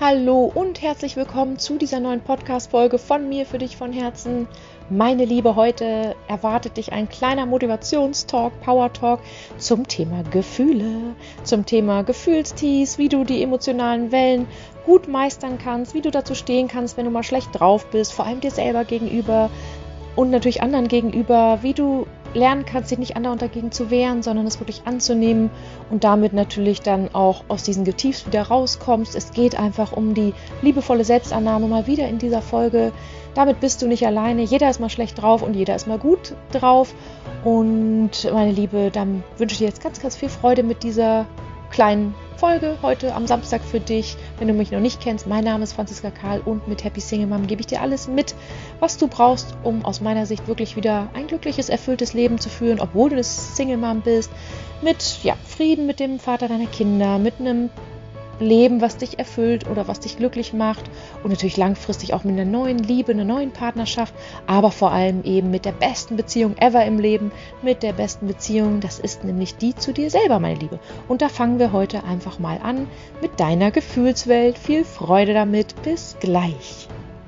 Hallo und herzlich willkommen zu dieser neuen Podcast-Folge von mir für dich von Herzen. Meine Liebe, heute erwartet dich ein kleiner Motivationstalk, Power-Talk zum Thema Gefühle, zum Thema Gefühlstiefs, wie du die emotionalen Wellen gut meistern kannst, wie du dazu stehen kannst, wenn du mal schlecht drauf bist, vor allem dir selber gegenüber und natürlich anderen gegenüber, wie du lernen kannst, dich nicht andauernd dagegen zu wehren, sondern es wirklich anzunehmen und damit natürlich dann auch aus diesen Tiefs wieder rauskommst. Es geht einfach um die liebevolle Selbstannahme mal wieder in dieser Folge. Damit bist du nicht alleine. Jeder ist mal schlecht drauf und jeder ist mal gut drauf. Und meine Liebe, dann wünsche ich dir jetzt ganz, ganz viel Freude mit dieser kleinen Folge heute am Samstag für dich. Wenn du mich noch nicht kennst, mein Name ist Franziska Karl und mit Happy Single Mom gebe ich dir alles mit, was du brauchst, um aus meiner Sicht wirklich wieder ein glückliches, erfülltes Leben zu führen, obwohl du eine Single Mom bist, mit Frieden mit dem Vater deiner Kinder, mit einem Leben, was dich erfüllt oder was dich glücklich macht und natürlich langfristig auch mit einer neuen Liebe, einer neuen Partnerschaft, aber vor allem eben mit der besten Beziehung ever im Leben, mit der besten Beziehung, das ist nämlich die zu dir selber, meine Liebe. Und da fangen wir heute einfach mal an mit deiner Gefühlswelt. Viel Freude damit, bis gleich.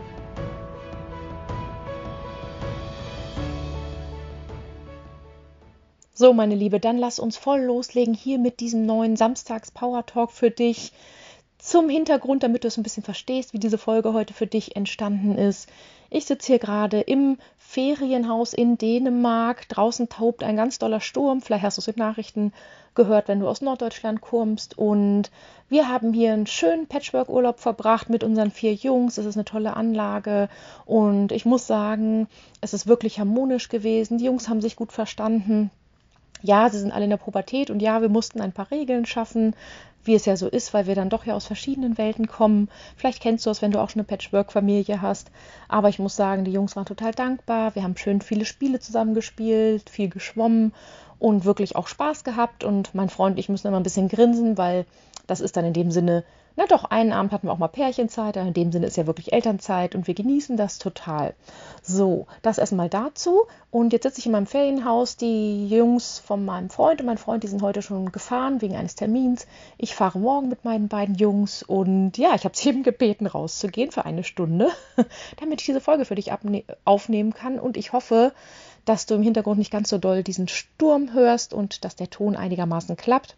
So, meine Liebe, dann lass uns voll loslegen hier mit diesem neuen Samstags-Power-Talk für dich. Zum Hintergrund, damit du es ein bisschen verstehst, wie diese Folge heute für dich entstanden ist. Ich sitze hier gerade im Ferienhaus in Dänemark. Draußen tobt ein ganz doller Sturm. Vielleicht hast du es in Nachrichten gehört, wenn du aus Norddeutschland kommst. Und wir haben hier einen schönen Patchwork-Urlaub verbracht mit unseren 4 Jungs. Es ist eine tolle Anlage. Und ich muss sagen, es ist wirklich harmonisch gewesen. Die Jungs haben sich gut verstanden. Ja, sie sind alle in der Pubertät und ja, wir mussten ein paar Regeln schaffen, wie es ja so ist, weil wir dann doch ja aus verschiedenen Welten kommen. Vielleicht kennst du es, wenn du auch schon eine Patchwork-Familie hast. Aber ich muss sagen, die Jungs waren total dankbar. Wir haben schön viele Spiele zusammen gespielt, viel geschwommen und wirklich auch Spaß gehabt. Und mein Freund und ich müssen immer ein bisschen grinsen, weil das ist dann in dem Sinne, na doch, einen Abend hatten wir auch mal Pärchenzeit, in dem Sinne ist ja wirklich Elternzeit und wir genießen das total. So, das erstmal dazu. Und jetzt sitze ich in meinem Ferienhaus. Die Jungs von meinem Freund und mein Freund, die sind heute schon gefahren wegen eines Termins. Ich fahre morgen mit meinen beiden Jungs und ja, ich habe sie eben gebeten, rauszugehen für eine Stunde, damit ich diese Folge für dich aufnehmen kann. Und ich hoffe, dass du im Hintergrund nicht ganz so doll diesen Sturm hörst und dass der Ton einigermaßen klappt.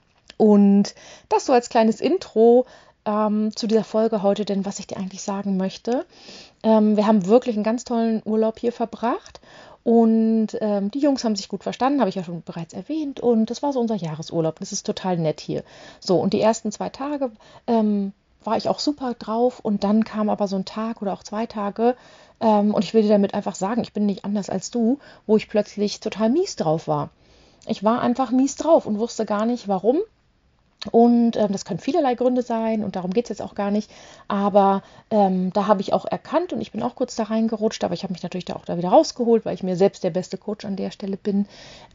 Und das so als kleines Intro zu dieser Folge heute, denn was ich dir eigentlich sagen möchte, wir haben wirklich einen ganz tollen Urlaub hier verbracht und die Jungs haben sich gut verstanden, habe ich ja schon bereits erwähnt und das war so unser Jahresurlaub. Das ist total nett hier. So, und die ersten 2 Tage war ich auch super drauf und dann kam aber so ein Tag oder auch 2 Tage und ich will dir damit einfach sagen, ich bin nicht anders als du, wo ich plötzlich total mies drauf war. Ich war einfach mies drauf und wusste gar nicht, warum. Und das können vielerlei Gründe sein und darum geht es jetzt auch gar nicht. Aber da habe ich auch erkannt und ich bin auch kurz da reingerutscht, aber ich habe mich natürlich da auch da wieder rausgeholt, weil ich mir selbst der beste Coach an der Stelle bin.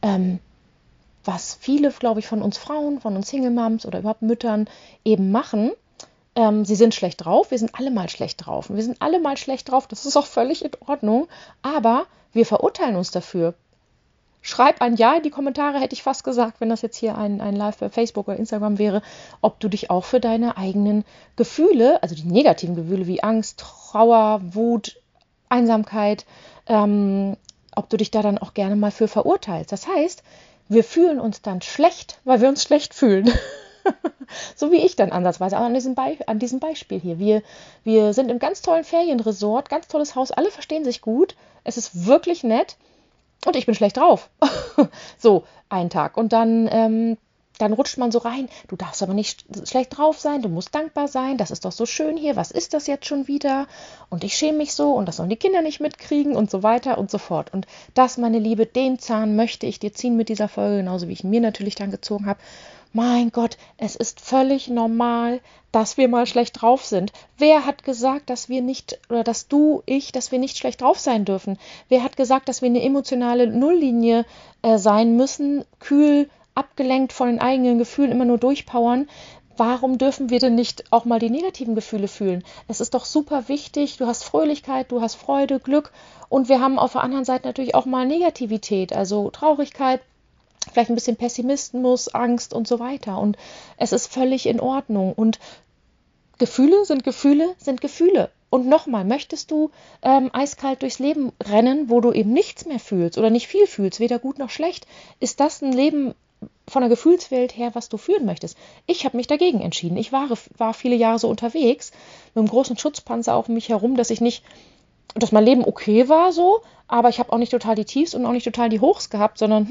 Was viele, glaube ich, von uns Frauen, von uns Single Moms oder überhaupt Müttern eben machen, sie sind schlecht drauf, wir sind alle mal schlecht drauf. Und wir sind alle mal schlecht drauf, das ist auch völlig in Ordnung, aber wir verurteilen uns dafür. Schreib ein Ja in die Kommentare, hätte ich fast gesagt, wenn das jetzt hier ein Live bei Facebook oder Instagram wäre, ob du dich auch für deine eigenen Gefühle, also die negativen Gefühle wie Angst, Trauer, Wut, Einsamkeit, ob du dich da dann auch gerne mal für verurteilst. Das heißt, wir fühlen uns dann schlecht, weil wir uns schlecht fühlen. So wie ich dann ansatzweise an diesem Beispiel hier. Wir sind im ganz tollen Ferienresort, ganz tolles Haus, alle verstehen sich gut, es ist wirklich nett. Und ich bin schlecht drauf. So, einen Tag. Und dann rutscht man so rein. Du darfst aber nicht schlecht drauf sein. Du musst dankbar sein. Das ist doch so schön hier. Was ist das jetzt schon wieder? Und ich schäme mich so. Und das sollen die Kinder nicht mitkriegen und so weiter und so fort. Und das, meine Liebe, den Zahn möchte ich dir ziehen mit dieser Folge. Genauso wie ich ihn mir natürlich dann gezogen habe. Mein Gott, es ist völlig normal, dass wir mal schlecht drauf sind. Wer hat gesagt, dass wir nicht, oder dass dass wir nicht schlecht drauf sein dürfen? Wer hat gesagt, dass wir eine emotionale Nulllinie sein müssen, kühl, abgelenkt von den eigenen Gefühlen, immer nur durchpowern? Warum dürfen wir denn nicht auch mal die negativen Gefühle fühlen? Es ist doch super wichtig, du hast Fröhlichkeit, du hast Freude, Glück und wir haben auf der anderen Seite natürlich auch mal Negativität, also Traurigkeit, vielleicht ein bisschen Pessimismus, Angst und so weiter. Und es ist völlig in Ordnung. Und Gefühle sind Gefühle sind Gefühle. Und nochmal, möchtest du eiskalt durchs Leben rennen, wo du eben nichts mehr fühlst oder nicht viel fühlst, weder gut noch schlecht? Ist das ein Leben von der Gefühlswelt her, was du führen möchtest? Ich habe mich dagegen entschieden. Ich war viele Jahre so unterwegs, mit einem großen Schutzpanzer auf mich herum, dass mein Leben okay war so, aber ich habe auch nicht total die Tiefs und auch nicht total die Hochs gehabt, sondern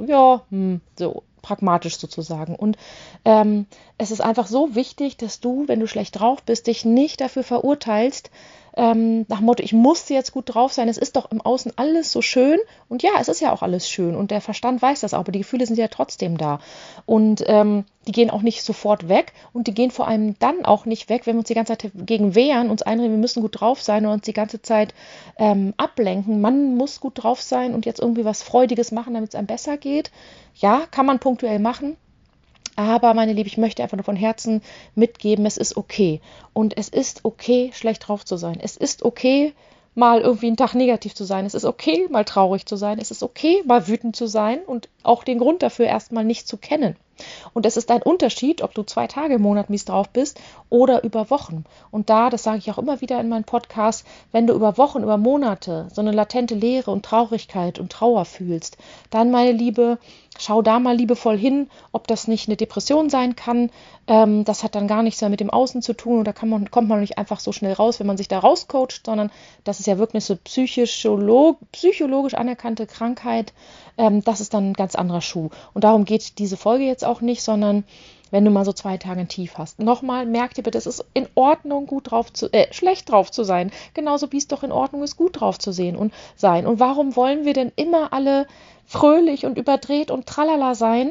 so pragmatisch sozusagen. Und es ist einfach so wichtig, dass du, wenn du schlecht drauf bist, dich nicht dafür verurteilst, nach dem Motto, ich muss jetzt gut drauf sein, es ist doch im Außen alles so schön. Und ja, es ist ja auch alles schön und der Verstand weiß das auch, aber die Gefühle sind ja trotzdem da. Und die gehen auch nicht sofort weg und die gehen vor allem dann auch nicht weg, wenn wir uns die ganze Zeit dagegen wehren, uns einreden, wir müssen gut drauf sein und uns die ganze Zeit ablenken. Man muss gut drauf sein und jetzt irgendwie was Freudiges machen, damit es einem besser geht. Ja, kann man punktuell machen. Aber, meine Liebe, ich möchte einfach nur von Herzen mitgeben, es ist okay. Und es ist okay, schlecht drauf zu sein. Es ist okay, mal irgendwie einen Tag negativ zu sein. Es ist okay, mal traurig zu sein. Es ist okay, mal wütend zu sein und auch den Grund dafür erstmal nicht zu kennen. Und es ist ein Unterschied, ob du 2 Tage im Monat mies drauf bist oder über Wochen. Und das sage ich auch immer wieder in meinen Podcasts, wenn du über Wochen, über Monate so eine latente Leere und Traurigkeit und Trauer fühlst, dann, meine Liebe, schau da mal liebevoll hin, ob das nicht eine Depression sein kann. Das hat dann gar nichts mehr mit dem Außen zu tun und da kommt man nicht einfach so schnell raus, wenn man sich da rauscoacht, sondern das ist ja wirklich so psychologisch anerkannte Krankheit. Das ist dann ein ganz anderer Schuh. Und darum geht diese Folge jetzt auch nicht, sondern wenn du mal so 2 Tage ein Tief hast. Nochmal, merk dir bitte, es ist in Ordnung, schlecht drauf zu sein. Genauso wie es doch in Ordnung ist, gut drauf zu sehen und sein. Und warum wollen wir denn immer alle fröhlich und überdreht und tralala sein,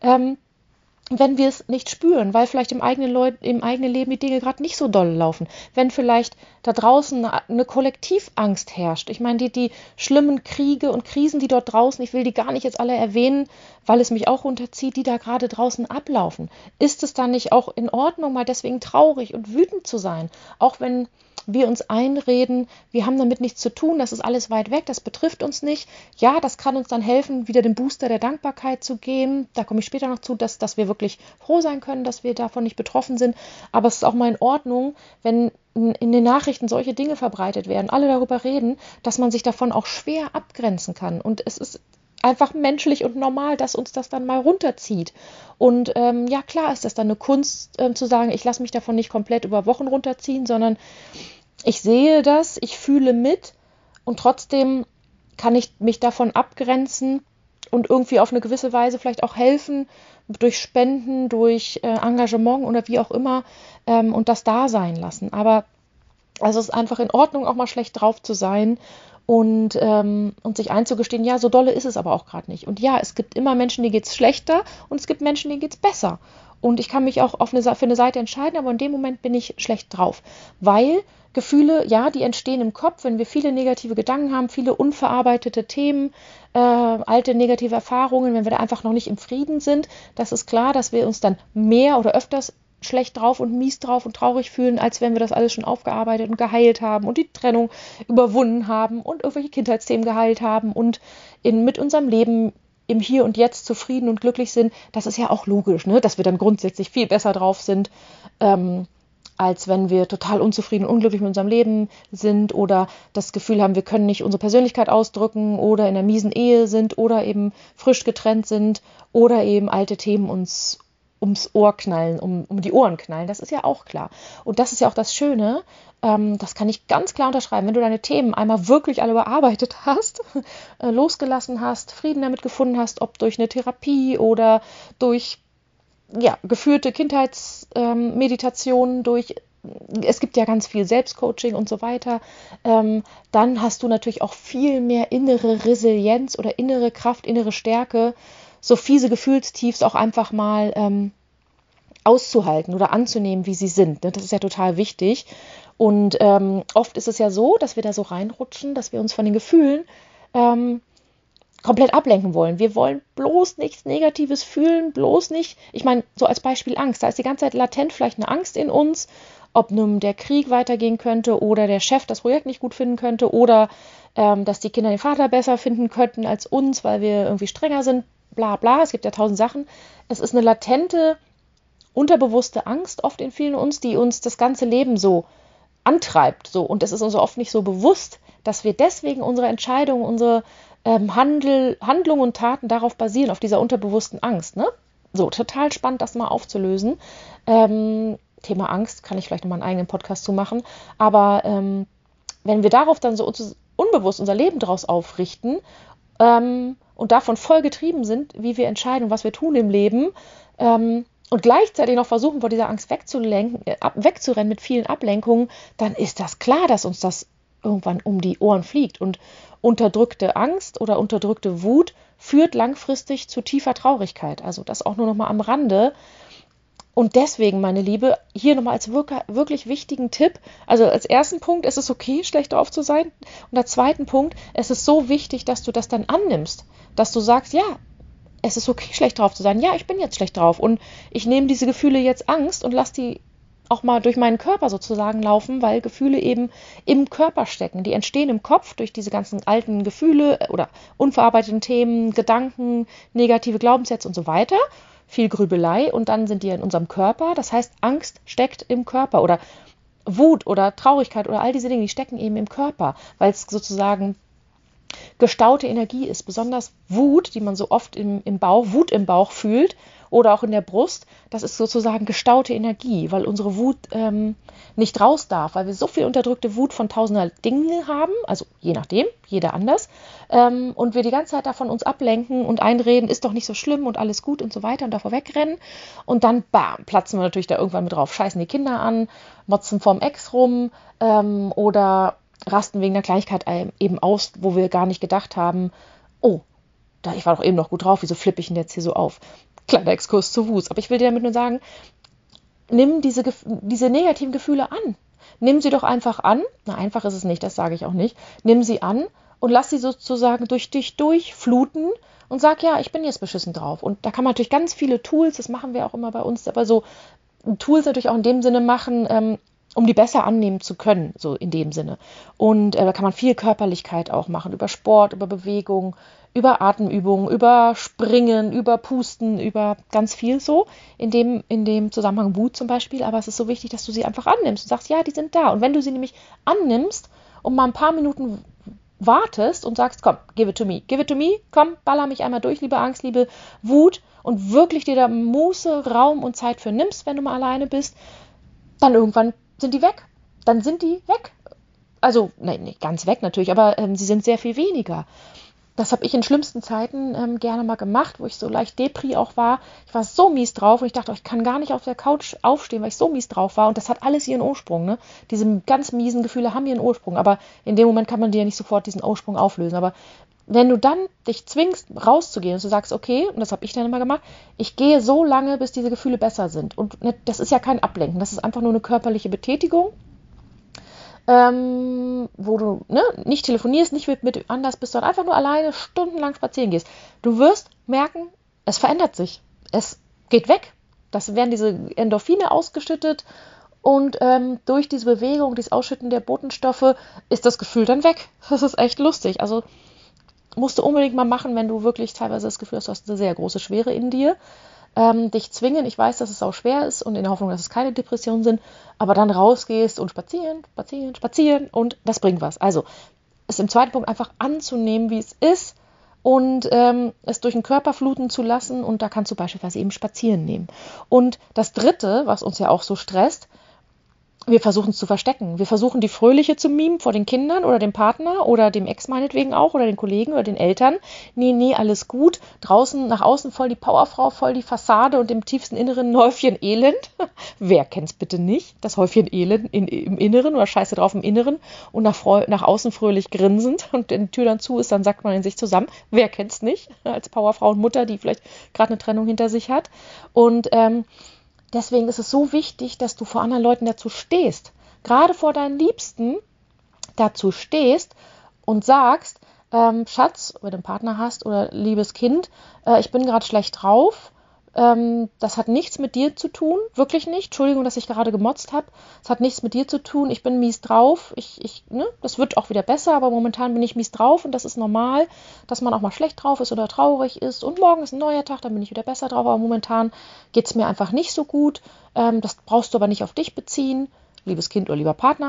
wenn wir es nicht spüren, weil vielleicht im eigenen Leben die Dinge gerade nicht so doll laufen, wenn vielleicht da draußen eine Kollektivangst herrscht. Ich meine, die schlimmen Kriege und Krisen, die dort draußen, ich will die gar nicht jetzt alle erwähnen, weil es mich auch runterzieht, die da gerade draußen ablaufen. Ist es dann nicht auch in Ordnung, mal deswegen traurig und wütend zu sein, auch wenn wir uns einreden, wir haben damit nichts zu tun, das ist alles weit weg, das betrifft uns nicht. Ja, das kann uns dann helfen, wieder den Booster der Dankbarkeit zu geben. Da komme ich später noch zu, dass wir wirklich froh sein können, dass wir davon nicht betroffen sind. Aber es ist auch mal in Ordnung, wenn in den Nachrichten solche Dinge verbreitet werden, alle darüber reden, dass man sich davon auch schwer abgrenzen kann. Und es ist einfach menschlich und normal, dass uns das dann mal runterzieht. Und ja, klar ist das dann eine Kunst, zu sagen, ich lasse mich davon nicht komplett über Wochen runterziehen, sondern ich sehe das, ich fühle mit und trotzdem kann ich mich davon abgrenzen und irgendwie auf eine gewisse Weise vielleicht auch helfen, durch Spenden, durch Engagement oder wie auch immer und das da sein lassen. Aber also es ist einfach in Ordnung, auch mal schlecht drauf zu sein und sich einzugestehen, ja, so dolle ist es aber auch gerade nicht. Und ja, es gibt immer Menschen, denen geht es schlechter und es gibt Menschen, denen geht es besser. Und ich kann mich auch für eine Seite entscheiden, aber in dem Moment bin ich schlecht drauf. Weil Gefühle, ja, die entstehen im Kopf, wenn wir viele negative Gedanken haben, viele unverarbeitete Themen, alte negative Erfahrungen, wenn wir da einfach noch nicht im Frieden sind. Das ist klar, dass wir uns dann mehr oder öfters schlecht drauf und mies drauf und traurig fühlen, als wenn wir das alles schon aufgearbeitet und geheilt haben und die Trennung überwunden haben und irgendwelche Kindheitsthemen geheilt haben und mit unserem Leben im Hier und Jetzt zufrieden und glücklich sind. Das ist ja auch logisch, ne? Dass wir dann grundsätzlich viel besser drauf sind, als wenn wir total unzufrieden und unglücklich mit unserem Leben sind oder das Gefühl haben, wir können nicht unsere Persönlichkeit ausdrücken oder in einer miesen Ehe sind oder eben frisch getrennt sind oder eben alte Themen uns ums Ohr knallen, um die Ohren knallen. Das ist ja auch klar. Und das ist ja auch das Schöne, das kann ich ganz klar unterschreiben, wenn du deine Themen einmal wirklich alle bearbeitet hast, losgelassen hast, Frieden damit gefunden hast, ob durch eine Therapie oder durch geführte Kindheitsmeditationen, es gibt ja ganz viel Selbstcoaching und so weiter, dann hast du natürlich auch viel mehr innere Resilienz oder innere Kraft, innere Stärke, so fiese Gefühlstiefs auch einfach mal auszuhalten oder anzunehmen, wie sie sind. Das ist ja total wichtig. Und oft ist es ja so, dass wir da so reinrutschen, dass wir uns von den Gefühlen komplett ablenken wollen. Wir wollen bloß nichts Negatives fühlen, bloß nicht, ich meine, so als Beispiel Angst. Da ist die ganze Zeit latent vielleicht eine Angst in uns, ob nun der Krieg weitergehen könnte oder der Chef das Projekt nicht gut finden könnte oder dass die Kinder den Vater besser finden könnten als uns, weil wir irgendwie strenger sind, bla bla. Es gibt ja 1000 Sachen. Es ist eine latente unterbewusste Angst oft in vielen uns, die uns das ganze Leben so antreibt. So. Und es ist uns oft nicht so bewusst, dass wir deswegen unsere Entscheidungen, unsere Handlungen und Taten darauf basieren, auf dieser unterbewussten Angst. Ne? So, total spannend, das mal aufzulösen. Thema Angst kann ich vielleicht nochmal einen eigenen Podcast zu machen. Aber wenn wir darauf dann so unbewusst unser Leben draus aufrichten und davon voll getrieben sind, wie wir entscheiden und was wir tun im Leben, und gleichzeitig noch versuchen, vor dieser Angst wegzurennen mit vielen Ablenkungen, dann ist das klar, dass uns das irgendwann um die Ohren fliegt. Und unterdrückte Angst oder unterdrückte Wut führt langfristig zu tiefer Traurigkeit. Also das auch nur noch mal am Rande. Und deswegen, meine Liebe, hier nochmal als wirklich wichtigen Tipp. Also als ersten Punkt, es ist okay, schlecht drauf zu sein. Und als zweiten Punkt, es ist so wichtig, dass du das dann annimmst. Dass du sagst, ja, es ist okay, schlecht drauf zu sein. Ja, ich bin jetzt schlecht drauf. Und ich nehme diese Gefühle jetzt Angst und lasse die auch mal durch meinen Körper sozusagen laufen, weil Gefühle eben im Körper stecken. Die entstehen im Kopf durch diese ganzen alten Gefühle oder unverarbeiteten Themen, Gedanken, negative Glaubenssätze und so weiter. Viel Grübelei und dann sind die in unserem Körper. Das heißt, Angst steckt im Körper oder Wut oder Traurigkeit oder all diese Dinge, die stecken eben im Körper, weil es sozusagen gestaute Energie ist. Besonders Wut, die man so oft Wut im Bauch fühlt oder auch in der Brust, das ist sozusagen gestaute Energie, weil unsere Wut nicht raus darf, weil wir so viel unterdrückte Wut von tausender Dingen haben, also je nachdem, jeder anders, und wir die ganze Zeit davon uns ablenken und einreden, ist doch nicht so schlimm und alles gut und so weiter und davor wegrennen und dann, bam, platzen wir natürlich da irgendwann mit drauf, scheißen die Kinder an, motzen vorm Ex rum oder rasten wegen der Kleinigkeit eben aus, wo wir gar nicht gedacht haben, oh, ich war doch eben noch gut drauf, wieso flippe ich denn jetzt hier so auf? Kleiner Exkurs zu Wut. Aber ich will dir damit nur sagen, nimm diese negativen Gefühle an. Nimm sie doch einfach an. Na, einfach ist es nicht, das sage ich auch nicht. Nimm sie an und lass sie sozusagen durch dich durchfluten und sag, ja, ich bin jetzt beschissen drauf. Und da kann man natürlich ganz viele Tools, das machen wir auch immer bei uns, aber so Tools natürlich auch in dem Sinne machen, um die besser annehmen zu können, so in dem Sinne. Und da kann man viel Körperlichkeit auch machen, über Sport, über Bewegung, über Atemübungen, über Springen, über Pusten, über ganz viel so, in dem Zusammenhang Wut zum Beispiel. Aber es ist so wichtig, dass du sie einfach annimmst und sagst, ja, die sind da. Und wenn du sie nämlich annimmst und mal ein paar Minuten wartest und sagst, komm, give it to me, komm, baller mich einmal durch, liebe Angst, liebe Wut, und wirklich dir da Muße, Raum und Zeit für nimmst, wenn du mal alleine bist, dann irgendwann sind die weg. Dann sind die weg. Also, nein, nicht ganz weg natürlich, aber sie sind sehr viel weniger. Das habe ich in schlimmsten Zeiten gerne mal gemacht, wo ich so leicht Depri auch war. Ich war so mies drauf und ich dachte, ich kann gar nicht auf der Couch aufstehen, weil ich so mies drauf war. Und das hat alles ihren Ursprung. Ne? Diese ganz miesen Gefühle haben ihren Ursprung. Aber in dem Moment kann man dir ja nicht sofort diesen Ursprung auflösen. Aber wenn du dann dich zwingst, rauszugehen und du sagst, okay, und das habe ich dann immer gemacht, ich gehe so lange, bis diese Gefühle besser sind. Und das ist ja kein Ablenken, das ist einfach nur eine körperliche Betätigung, wo du nicht telefonierst, nicht mit anders bist, sondern einfach nur alleine stundenlang spazieren gehst. Du wirst merken, es verändert sich. Es geht weg. Das werden diese Endorphine ausgeschüttet und durch diese Bewegung, dieses Ausschütten der Botenstoffe ist das Gefühl dann weg. Das ist echt lustig. Also musst du unbedingt mal machen, wenn du wirklich teilweise das Gefühl hast, du hast eine sehr große Schwere in dir. Dich zwingen, ich weiß, dass es auch schwer ist und in der Hoffnung, dass es keine Depressionen sind, aber dann rausgehst und spazieren und das bringt was. Also es im zweiten Punkt einfach anzunehmen, wie es ist und es durch den Körper fluten zu lassen und da kannst du beispielsweise eben spazieren nehmen. Und das dritte, was uns ja auch so stresst, wir versuchen es zu verstecken. Wir versuchen die Fröhliche zu mimen vor den Kindern oder dem Partner oder dem Ex meinetwegen auch oder den Kollegen oder den Eltern. Nee, alles gut. Draußen, nach außen voll die Powerfrau, voll die Fassade und im tiefsten Inneren ein Häufchen Elend. Wer kennt's bitte nicht? Das Häufchen Elend im Inneren oder Scheiße drauf im Inneren und nach außen fröhlich grinsend und wenn die Tür dann zu ist, dann sagt man in sich zusammen. Wer kennt's nicht? Als Powerfrau und Mutter, die vielleicht gerade eine Trennung hinter sich hat. Und deswegen ist es so wichtig, dass du vor anderen Leuten dazu stehst, gerade vor deinen Liebsten dazu stehst und sagst, Schatz, wenn du einen Partner hast oder liebes Kind, ich bin gerade schlecht drauf, Das hat nichts mit dir zu tun, wirklich nicht. Entschuldigung, dass ich gerade gemotzt habe. Es hat nichts mit dir zu tun. Ich bin mies drauf. Das wird auch wieder besser, aber momentan bin ich mies drauf und das ist normal, dass man auch mal schlecht drauf ist oder traurig ist. Und morgen ist ein neuer Tag, dann bin ich wieder besser drauf. Aber momentan geht es mir einfach nicht so gut. Das brauchst du aber nicht auf dich beziehen, liebes Kind oder lieber Partner,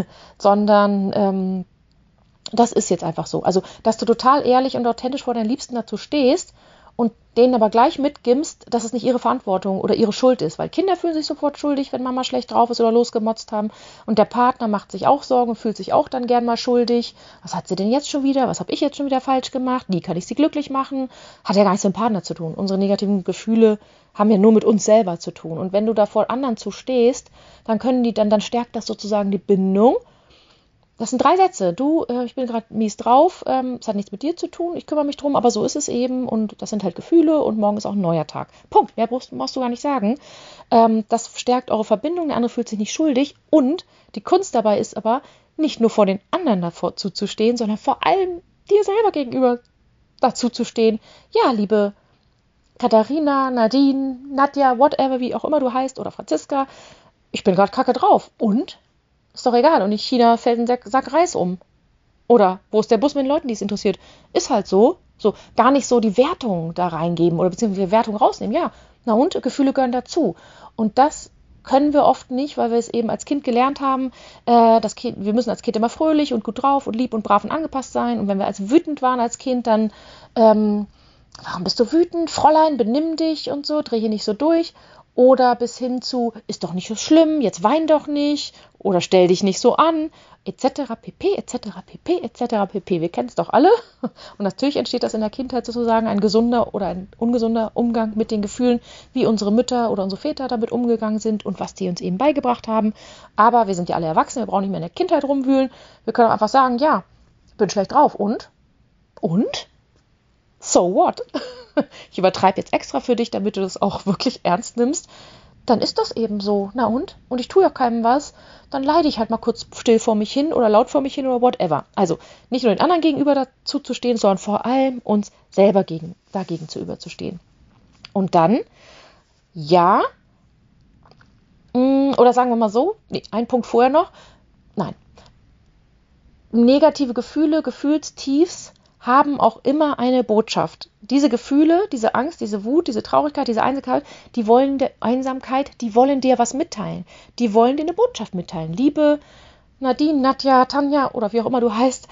sondern das ist jetzt einfach so. Also, dass du total ehrlich und authentisch vor deinen Liebsten dazu stehst und denen aber gleich mitgibst, dass es nicht ihre Verantwortung oder ihre Schuld ist. Weil Kinder fühlen sich sofort schuldig, wenn Mama schlecht drauf ist oder losgemotzt haben. Und der Partner macht sich auch Sorgen und fühlt sich auch dann gern mal schuldig. Was hat sie denn jetzt schon wieder? Was habe ich jetzt schon wieder falsch gemacht? Wie kann ich sie glücklich machen? Hat ja gar nichts mit dem Partner zu tun. Unsere negativen Gefühle haben ja nur mit uns selber zu tun. Und wenn du da vor anderen zu stehst, dann stärkt das sozusagen die Bindung. Das sind 3 Sätze. Du, ich bin gerade mies drauf, es hat nichts mit dir zu tun, ich kümmere mich drum, aber so ist es eben und das sind halt Gefühle und morgen ist auch ein neuer Tag. Punkt. Mehr brauchst du gar nicht sagen. Das stärkt eure Verbindung, der andere fühlt sich nicht schuldig und die Kunst dabei ist aber, nicht nur vor den anderen dazu zu stehen, sondern vor allem dir selber gegenüber dazu zu stehen. Ja, liebe Katharina, Nadine, Nadja, whatever, wie auch immer du heißt oder Franziska, ich bin gerade kacke drauf und? Ist doch egal. Und in China fällt ein Sack Reis um. Oder wo ist der Bus mit den Leuten, die es interessiert? Ist halt so. So, gar nicht so die Wertung da reingeben oder beziehungsweise die Wertung rausnehmen. Ja, na und? Gefühle gehören dazu. Und das können wir oft nicht, weil wir es eben als Kind gelernt haben. Wir müssen als Kind immer fröhlich und gut drauf und lieb und brav und angepasst sein. Und wenn wir als wütend waren als Kind, dann, warum bist du wütend? Fräulein, benimm dich und so, dreh hier nicht so durch. Oder bis hin zu, ist doch nicht so schlimm, jetzt wein doch nicht oder stell dich nicht so an, etc. pp, etc. pp, etc. pp. Wir kennen es doch alle. Und natürlich entsteht das in der Kindheit sozusagen ein gesunder oder ein ungesunder Umgang mit den Gefühlen, wie unsere Mütter oder unsere Väter damit umgegangen sind und was die uns eben beigebracht haben. Aber wir sind ja alle erwachsen, wir brauchen nicht mehr in der Kindheit rumwühlen. Wir können auch einfach sagen, ja, ich bin schlecht drauf und? Und? So what? Ich übertreibe jetzt extra für dich, damit du das auch wirklich ernst nimmst. Dann ist das eben so. Na und? Und ich tue ja keinem was. Dann leide ich halt mal kurz still vor mich hin oder laut vor mich hin oder whatever. Also nicht nur den anderen gegenüber dazu zu stehen, sondern vor allem uns selber dagegen zu überzustehen. Und dann, ja, oder sagen wir mal so, ein Punkt vorher noch, nein. Negative Gefühle, Gefühlstiefs haben auch immer eine Botschaft. Diese Gefühle, diese Angst, diese Wut, diese Traurigkeit, diese Einsamkeit, die wollen dir was mitteilen. Die wollen dir eine Botschaft mitteilen. Liebe Nadine, Nadja, Tanja oder wie auch immer du heißt,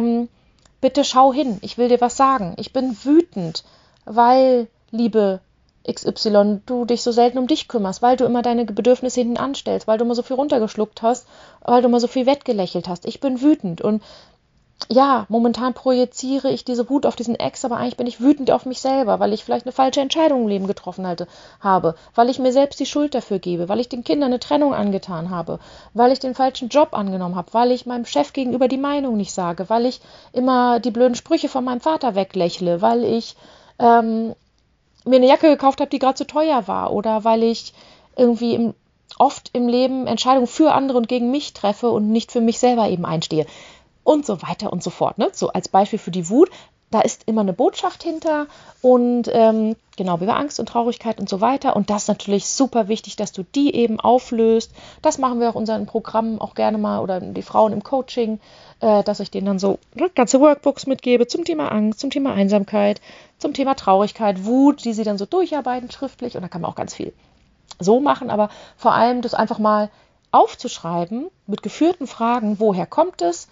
bitte schau hin. Ich will dir was sagen. Ich bin wütend, weil, liebe XY, du dich so selten um dich kümmerst, weil du immer deine Bedürfnisse hinten anstellst, weil du immer so viel runtergeschluckt hast, weil du immer so viel wettgelächelt hast. Ich bin wütend und ja, momentan projiziere ich diese Wut auf diesen Ex, aber eigentlich bin ich wütend auf mich selber, weil ich vielleicht eine falsche Entscheidung im Leben getroffen habe, weil ich mir selbst die Schuld dafür gebe, weil ich den Kindern eine Trennung angetan habe, weil ich den falschen Job angenommen habe, weil ich meinem Chef gegenüber die Meinung nicht sage, weil ich immer die blöden Sprüche von meinem Vater weglächle, weil ich mir eine Jacke gekauft habe, die gerade zu teuer war oder weil ich irgendwie oft im Leben Entscheidungen für andere und gegen mich treffe und nicht für mich selber eben einstehe. Und so weiter und so fort. Ne? So als Beispiel für die Wut, da ist immer eine Botschaft hinter und genau wie bei Angst und Traurigkeit und so weiter. Und das ist natürlich super wichtig, dass du die eben auflöst. Das machen wir auch in unseren Programmen auch gerne mal oder die Frauen im Coaching, dass ich denen dann so ganze Workbooks mitgebe zum Thema Angst, zum Thema Einsamkeit, zum Thema Traurigkeit, Wut, die sie dann so durcharbeiten schriftlich. Und da kann man auch ganz viel so machen, aber vor allem das einfach mal aufzuschreiben mit geführten Fragen, woher kommt es?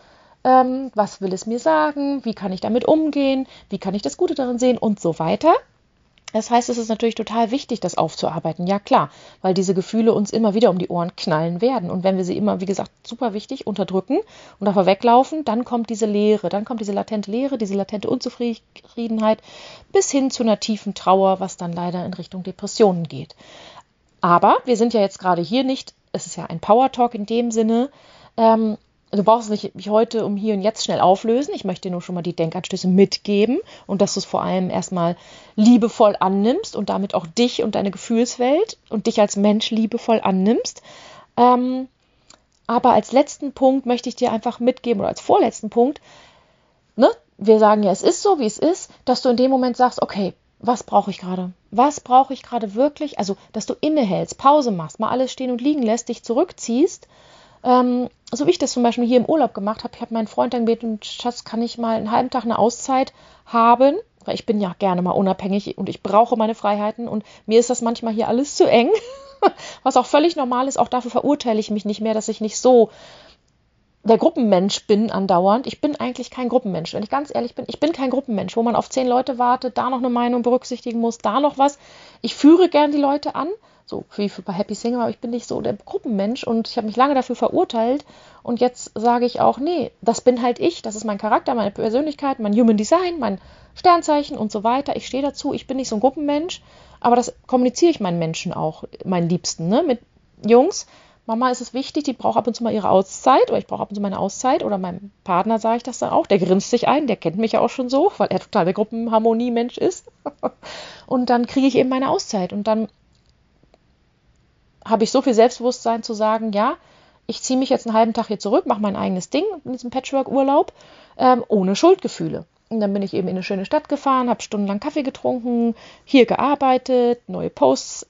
Was will es mir sagen, wie kann ich damit umgehen, wie kann ich das Gute darin sehen und so weiter. Das heißt, es ist natürlich total wichtig, das aufzuarbeiten, ja klar, weil diese Gefühle uns immer wieder um die Ohren knallen werden und wenn wir sie immer, wie gesagt, super wichtig unterdrücken und davor weglaufen, dann kommt diese Leere, dann kommt diese latente Leere, diese latente Unzufriedenheit bis hin zu einer tiefen Trauer, was dann leider in Richtung Depressionen geht. Aber wir sind ja jetzt gerade hier nicht, es ist ja ein Power Talk in dem Sinne, du brauchst es nicht wie heute um hier und jetzt schnell auflösen. Ich möchte dir nur schon mal die Denkanstöße mitgeben und dass du es vor allem erstmal liebevoll annimmst und damit auch dich und deine Gefühlswelt und dich als Mensch liebevoll annimmst. Aber als letzten Punkt möchte ich dir einfach mitgeben oder als vorletzten Punkt, ne? Wir sagen ja, es ist so, wie es ist, dass du in dem Moment sagst, okay, was brauche ich gerade? Was brauche ich gerade wirklich? Also, dass du innehältst, Pause machst, mal alles stehen und liegen lässt, dich zurückziehst. So wie ich das zum Beispiel hier im Urlaub gemacht habe. Ich habe meinen Freund dann gebeten, Schatz, kann ich mal einen halben Tag eine Auszeit haben? Weil ich bin ja gerne mal unabhängig und ich brauche meine Freiheiten und mir ist das manchmal hier alles zu eng. Was auch völlig normal ist, auch dafür verurteile ich mich nicht mehr, dass ich nicht so der Gruppenmensch bin andauernd. Ich bin eigentlich kein Gruppenmensch. Wenn ich ganz ehrlich bin, ich bin kein Gruppenmensch, wo man auf 10 Leute wartet, da noch eine Meinung berücksichtigen muss, da noch was. Ich führe gern die Leute an, so wie bei Happy Single, aber ich bin nicht so der Gruppenmensch und ich habe mich lange dafür verurteilt. Und jetzt sage ich auch, nee, das bin halt ich, das ist mein Charakter, meine Persönlichkeit, mein Human Design, mein Sternzeichen und so weiter. Ich stehe dazu, ich bin nicht so ein Gruppenmensch, aber das kommuniziere ich meinen Menschen auch, meinen Liebsten, ne? Mit Jungs. Mama ist es wichtig, die braucht ab und zu mal ihre Auszeit oder ich brauche ab und zu meine Auszeit oder meinem Partner sage ich das dann auch, der grinst sich ein, der kennt mich ja auch schon so, weil er total der Gruppenharmonie-Mensch ist. Und dann kriege ich eben meine Auszeit und dann habe ich so viel Selbstbewusstsein zu sagen, ja, ich ziehe mich jetzt einen halben Tag hier zurück, mache mein eigenes Ding in diesem Patchwork-Urlaub, ohne Schuldgefühle. Und dann bin ich eben in eine schöne Stadt gefahren, habe stundenlang Kaffee getrunken, hier gearbeitet, neue Posts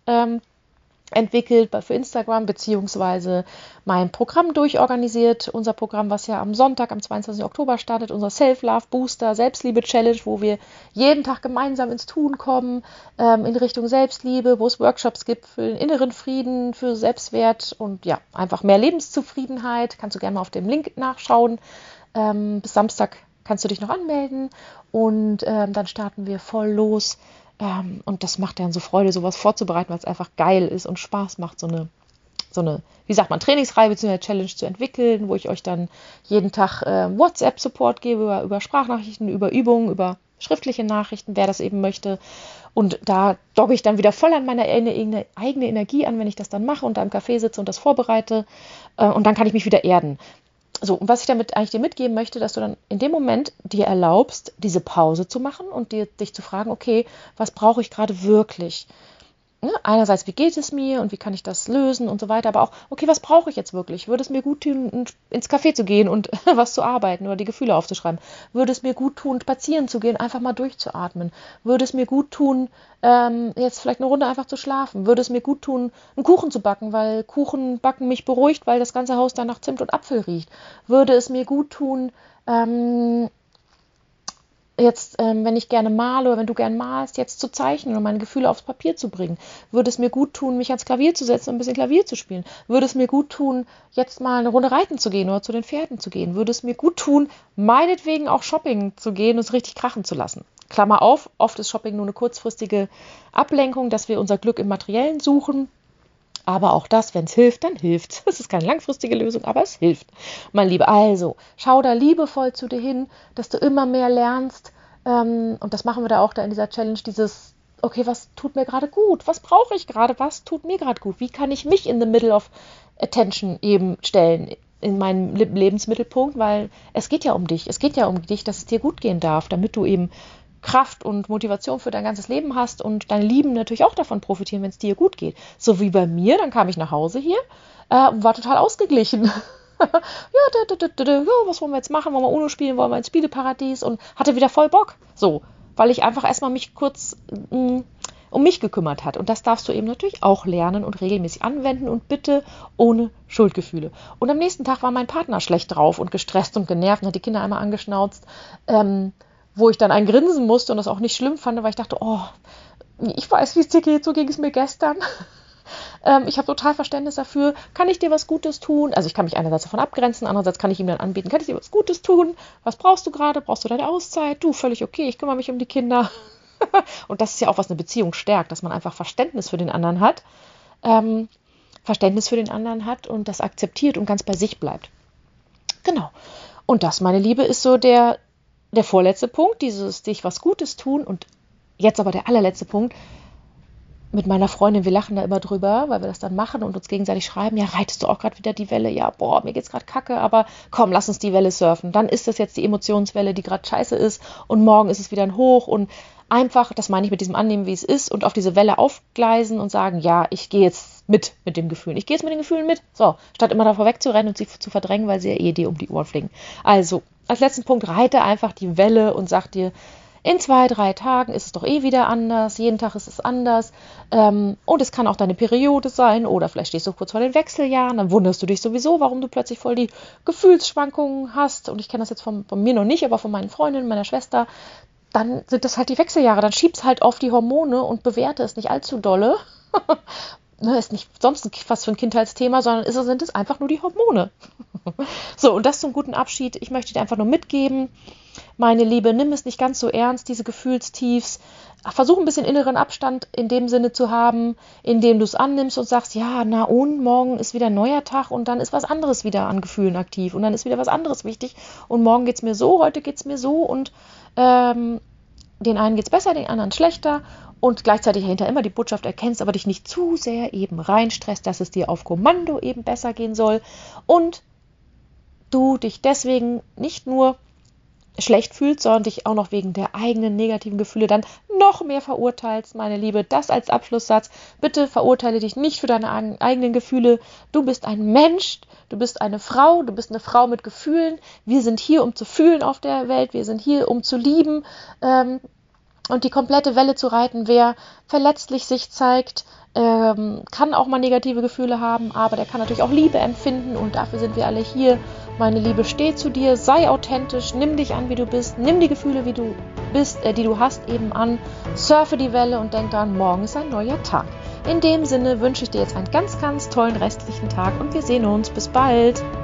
entwickelt für Instagram, beziehungsweise mein Programm durchorganisiert. Unser Programm, was ja am Sonntag, am 22. Oktober startet, unser Self-Love-Booster, Selbstliebe-Challenge, wo wir jeden Tag gemeinsam ins Tun kommen, in Richtung Selbstliebe, wo es Workshops gibt für den inneren Frieden, für Selbstwert und ja, einfach mehr Lebenszufriedenheit. Kannst du gerne mal auf dem Link nachschauen. Bis Samstag kannst du dich noch anmelden und dann starten wir voll los. Und das macht dann so Freude, sowas vorzubereiten, weil es einfach geil ist und Spaß macht, so eine, wie sagt man, Trainingsreihe bzw. Challenge zu entwickeln, wo ich euch dann jeden Tag WhatsApp-Support gebe, über Sprachnachrichten, über Übungen, über schriftliche Nachrichten, wer das eben möchte. Und da dogge ich dann wieder voll an meine eigene Energie an, wenn ich das dann mache und da im Café sitze und das vorbereite. Und dann kann ich mich wieder erden. So, und was ich damit eigentlich dir mitgeben möchte, dass du dann in dem Moment dir erlaubst, diese Pause zu machen und dich zu fragen, okay, was brauche ich gerade wirklich? Ja, einerseits, wie geht es mir und wie kann ich das lösen und so weiter, aber auch, okay, was brauche ich jetzt wirklich? Würde es mir gut tun, ins Café zu gehen und was zu arbeiten oder die Gefühle aufzuschreiben? Würde es mir gut tun, spazieren zu gehen, einfach mal durchzuatmen? Würde es mir gut tun, jetzt vielleicht eine Runde einfach zu schlafen? Würde es mir gut tun, einen Kuchen zu backen, weil Kuchen backen mich beruhigt, weil das ganze Haus dann nach Zimt und Apfel riecht? Würde es mir gut tun, jetzt, wenn ich gerne male oder wenn du gerne malst, jetzt zu zeichnen und meine Gefühle aufs Papier zu bringen? Würde es mir gut tun, mich ans Klavier zu setzen und ein bisschen Klavier zu spielen? Würde es mir gut tun, jetzt mal eine Runde reiten zu gehen oder zu den Pferden zu gehen? Würde es mir gut tun, meinetwegen auch shopping zu gehen und es richtig krachen zu lassen? Klammer auf, oft ist Shopping nur eine kurzfristige Ablenkung, dass wir unser Glück im Materiellen suchen. Aber auch das, wenn es hilft, dann hilft. Es ist keine langfristige Lösung, aber es hilft. Mein Lieber, also schau da liebevoll zu dir hin, dass du immer mehr lernst. Und das machen wir da auch da in dieser Challenge, dieses, okay, was tut mir gerade gut? Was brauche ich gerade? Was tut mir gerade gut? Wie kann ich mich in the middle of attention eben stellen? In meinen Lebensmittelpunkt, weil es geht ja um dich. Es geht ja um dich, dass es dir gut gehen darf, damit du eben Kraft und Motivation für dein ganzes Leben hast und deine Lieben natürlich auch davon profitieren, wenn es dir gut geht. So wie bei mir, dann kam ich nach Hause hier und war total ausgeglichen. Was wollen wir jetzt machen? Wollen wir UNO spielen? Wollen wir ins Spieleparadies? Und hatte wieder voll Bock. So, weil ich einfach erstmal mich kurz um mich gekümmert hat. Und das darfst du eben natürlich auch lernen und regelmäßig anwenden und bitte ohne Schuldgefühle. Und am nächsten Tag war mein Partner schlecht drauf und gestresst und genervt und hat die Kinder einmal angeschnauzt. Wo ich dann ein Grinsen musste und das auch nicht schlimm fand, weil ich dachte, oh, ich weiß, wie es dir geht, so ging es mir gestern. Ich habe total Verständnis dafür. Kann ich dir was Gutes tun? Also ich kann mich einerseits davon abgrenzen, andererseits kann ich ihm dann anbieten, kann ich dir was Gutes tun? Was brauchst du gerade? Brauchst du deine Auszeit? Du, völlig okay, ich kümmere mich um die Kinder. Und das ist ja auch, was eine Beziehung stärkt, dass man einfach Verständnis für den anderen hat. Und das akzeptiert und ganz bei sich bleibt. Genau. Und das, meine Liebe, ist so der vorletzte Punkt, dieses dich was Gutes tun. Und jetzt aber der allerletzte Punkt. Mit meiner Freundin, wir lachen da immer drüber, weil wir das dann machen und uns gegenseitig schreiben, ja, reitest du auch gerade wieder die Welle? Ja, boah, mir geht's gerade kacke, aber komm, lass uns die Welle surfen. Dann ist das jetzt die Emotionswelle, die gerade scheiße ist und morgen ist es wieder ein Hoch und einfach, das meine ich mit diesem Annehmen, wie es ist und auf diese Welle aufgleisen und sagen, ja, ich gehe jetzt mit dem Gefühl. Ich gehe jetzt mit den Gefühlen mit. So, statt immer davor wegzurennen und sie zu verdrängen, weil sie ja dir um die Ohren fliegen. Also, als letzten Punkt, reite einfach die Welle und sag dir, In 2, 3 Tagen ist es doch eh wieder anders, jeden Tag ist es anders und es kann auch deine Periode sein oder vielleicht stehst du kurz vor den Wechseljahren, dann wunderst du dich sowieso, warum du plötzlich voll die Gefühlsschwankungen hast und ich kenne das jetzt von mir noch nicht, aber von meinen Freundinnen, meiner Schwester, dann sind das halt die Wechseljahre, dann schiebst halt auf die Hormone und bewerte es nicht allzu dolle. Ist nicht sonst was für ein Kindheitsthema, sondern sind es einfach nur die Hormone. So, und das zum guten Abschied. Ich möchte dir einfach nur mitgeben, meine Liebe, nimm es nicht ganz so ernst, diese Gefühlstiefs. Versuch ein bisschen inneren Abstand in dem Sinne zu haben, indem du es annimmst und sagst, ja, na und, morgen ist wieder ein neuer Tag und dann ist was anderes wieder an Gefühlen aktiv und dann ist wieder was anderes wichtig und morgen geht's mir so, heute geht's mir so und den einen geht's besser, den anderen schlechter und gleichzeitig dahinter immer die Botschaft erkennst, aber dich nicht zu sehr eben reinstresst, dass es dir auf Kommando eben besser gehen soll und du dich deswegen nicht nur schlecht fühlst, sondern dich auch noch wegen der eigenen negativen Gefühle dann noch mehr verurteilst, meine Liebe. Das als Abschlusssatz. Bitte verurteile dich nicht für deine eigenen Gefühle. Du bist ein Mensch, du bist eine Frau mit Gefühlen. Wir sind hier, um zu fühlen auf der Welt. Wir sind hier, um zu lieben und die komplette Welle zu reiten. Wer verletzlich sich zeigt, kann auch mal negative Gefühle haben, aber der kann natürlich auch Liebe empfinden und dafür sind wir alle hier. Meine Liebe, steh zu dir, sei authentisch, nimm dich an, wie du bist, nimm die Gefühle, wie du bist, die du hast, eben an, surfe die Welle und denk daran, morgen ist ein neuer Tag. In dem Sinne wünsche ich dir jetzt einen ganz, ganz tollen restlichen Tag und wir sehen uns. Bis bald!